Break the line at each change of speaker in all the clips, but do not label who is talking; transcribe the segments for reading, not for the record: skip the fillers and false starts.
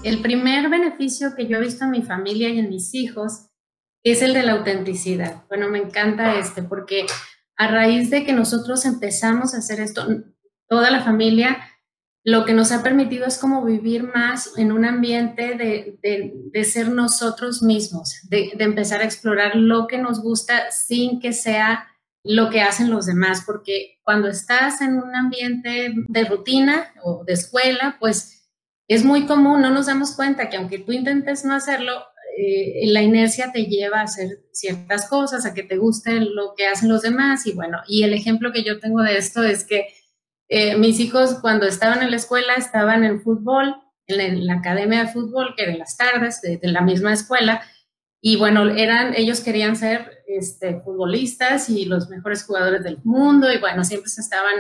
El primer beneficio que yo he visto en mi familia y en mis hijos es el de la autenticidad. Bueno, me encanta porque a raíz de que nosotros empezamos a hacer esto, toda la familia, lo que nos ha permitido es como vivir más en un ambiente de ser nosotros mismos, de empezar a explorar lo que nos gusta sin que sea lo que hacen los demás, porque cuando estás en un ambiente de rutina o de escuela, pues es muy común, no nos damos cuenta que aunque tú intentes no hacerlo, la inercia te lleva a hacer ciertas cosas, a que te guste lo que hacen los demás. Y bueno, y el ejemplo que yo tengo de esto es que mis hijos cuando estaban en la escuela estaban en fútbol, la academia de fútbol, que era en las tardes de la misma escuela, y bueno, ellos querían ser futbolistas y los mejores jugadores del mundo, y bueno, siempre se estaban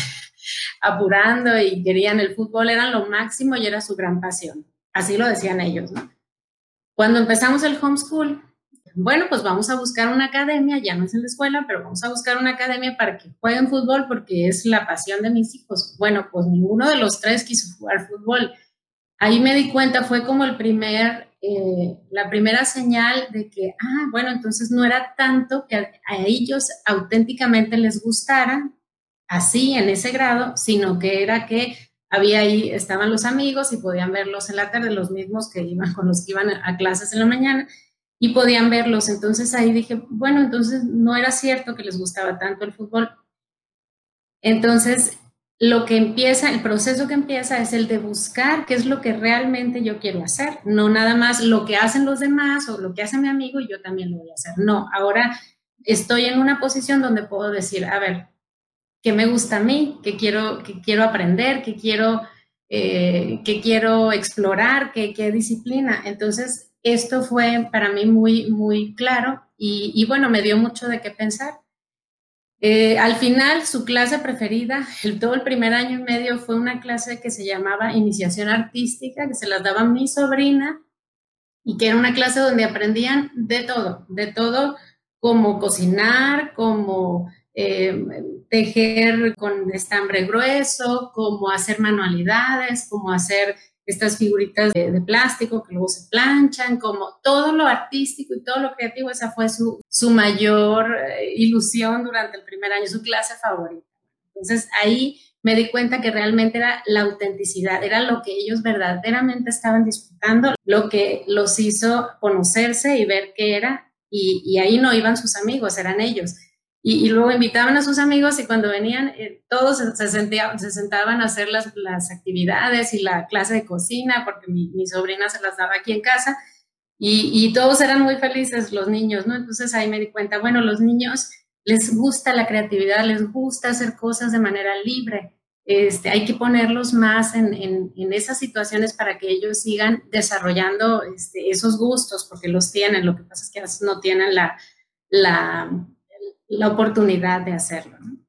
apurando y querían el fútbol, eran lo máximo y era su gran pasión. Así lo decían ellos, ¿no? Cuando empezamos el homeschool, bueno, pues vamos a buscar una academia, ya no es en la escuela, pero vamos a buscar una academia para que jueguen fútbol porque es la pasión de mis hijos. Bueno, pues ninguno de los tres quiso jugar fútbol. Ahí me di cuenta, fue como la primera señal de que, bueno, entonces no era tanto que a ellos auténticamente les gustara así, en ese grado, sino que era que había ahí, estaban los amigos y podían verlos en la tarde, los mismos que iban con los que iban a clases en la mañana y podían verlos. Entonces ahí dije, bueno, entonces no era cierto que les gustaba tanto el fútbol. Entonces, el proceso que empieza es el de buscar qué es lo que realmente yo quiero hacer, no nada más lo que hacen los demás o lo que hace mi amigo y yo también lo voy a hacer. No, ahora estoy en una posición donde puedo decir, a ver, qué me gusta a mí, qué quiero aprender, qué quiero explorar, qué disciplina. Entonces, esto fue para mí muy, muy claro y bueno, me dio mucho de qué pensar. Al final, su clase preferida, todo el primer año y medio, fue una clase que se llamaba Iniciación Artística, que se las daba mi sobrina y que era una clase donde aprendían de todo, como cocinar, como tejer con estambre grueso, como hacer manualidades, como hacer estas figuritas de plástico que luego se planchan, como todo lo artístico y todo lo creativo. Esa fue su mayor ilusión durante el primer año, su clase favorita. Entonces ahí me di cuenta que realmente era la autenticidad, era lo que ellos verdaderamente estaban disfrutando, lo que los hizo conocerse y ver qué era, y ahí no iban sus amigos, eran ellos. Y luego invitaban a sus amigos y cuando venían, todos se sentaban a hacer las actividades y la clase de cocina, porque mi sobrina se las daba aquí en casa, y todos eran muy felices, los niños, ¿no? Entonces ahí me di cuenta, bueno, los niños les gusta la creatividad, les gusta hacer cosas de manera libre. Hay que ponerlos más en esas situaciones para que ellos sigan desarrollando esos gustos, porque los tienen. Lo que pasa es que a veces no tienen la oportunidad de hacerlo, ¿no?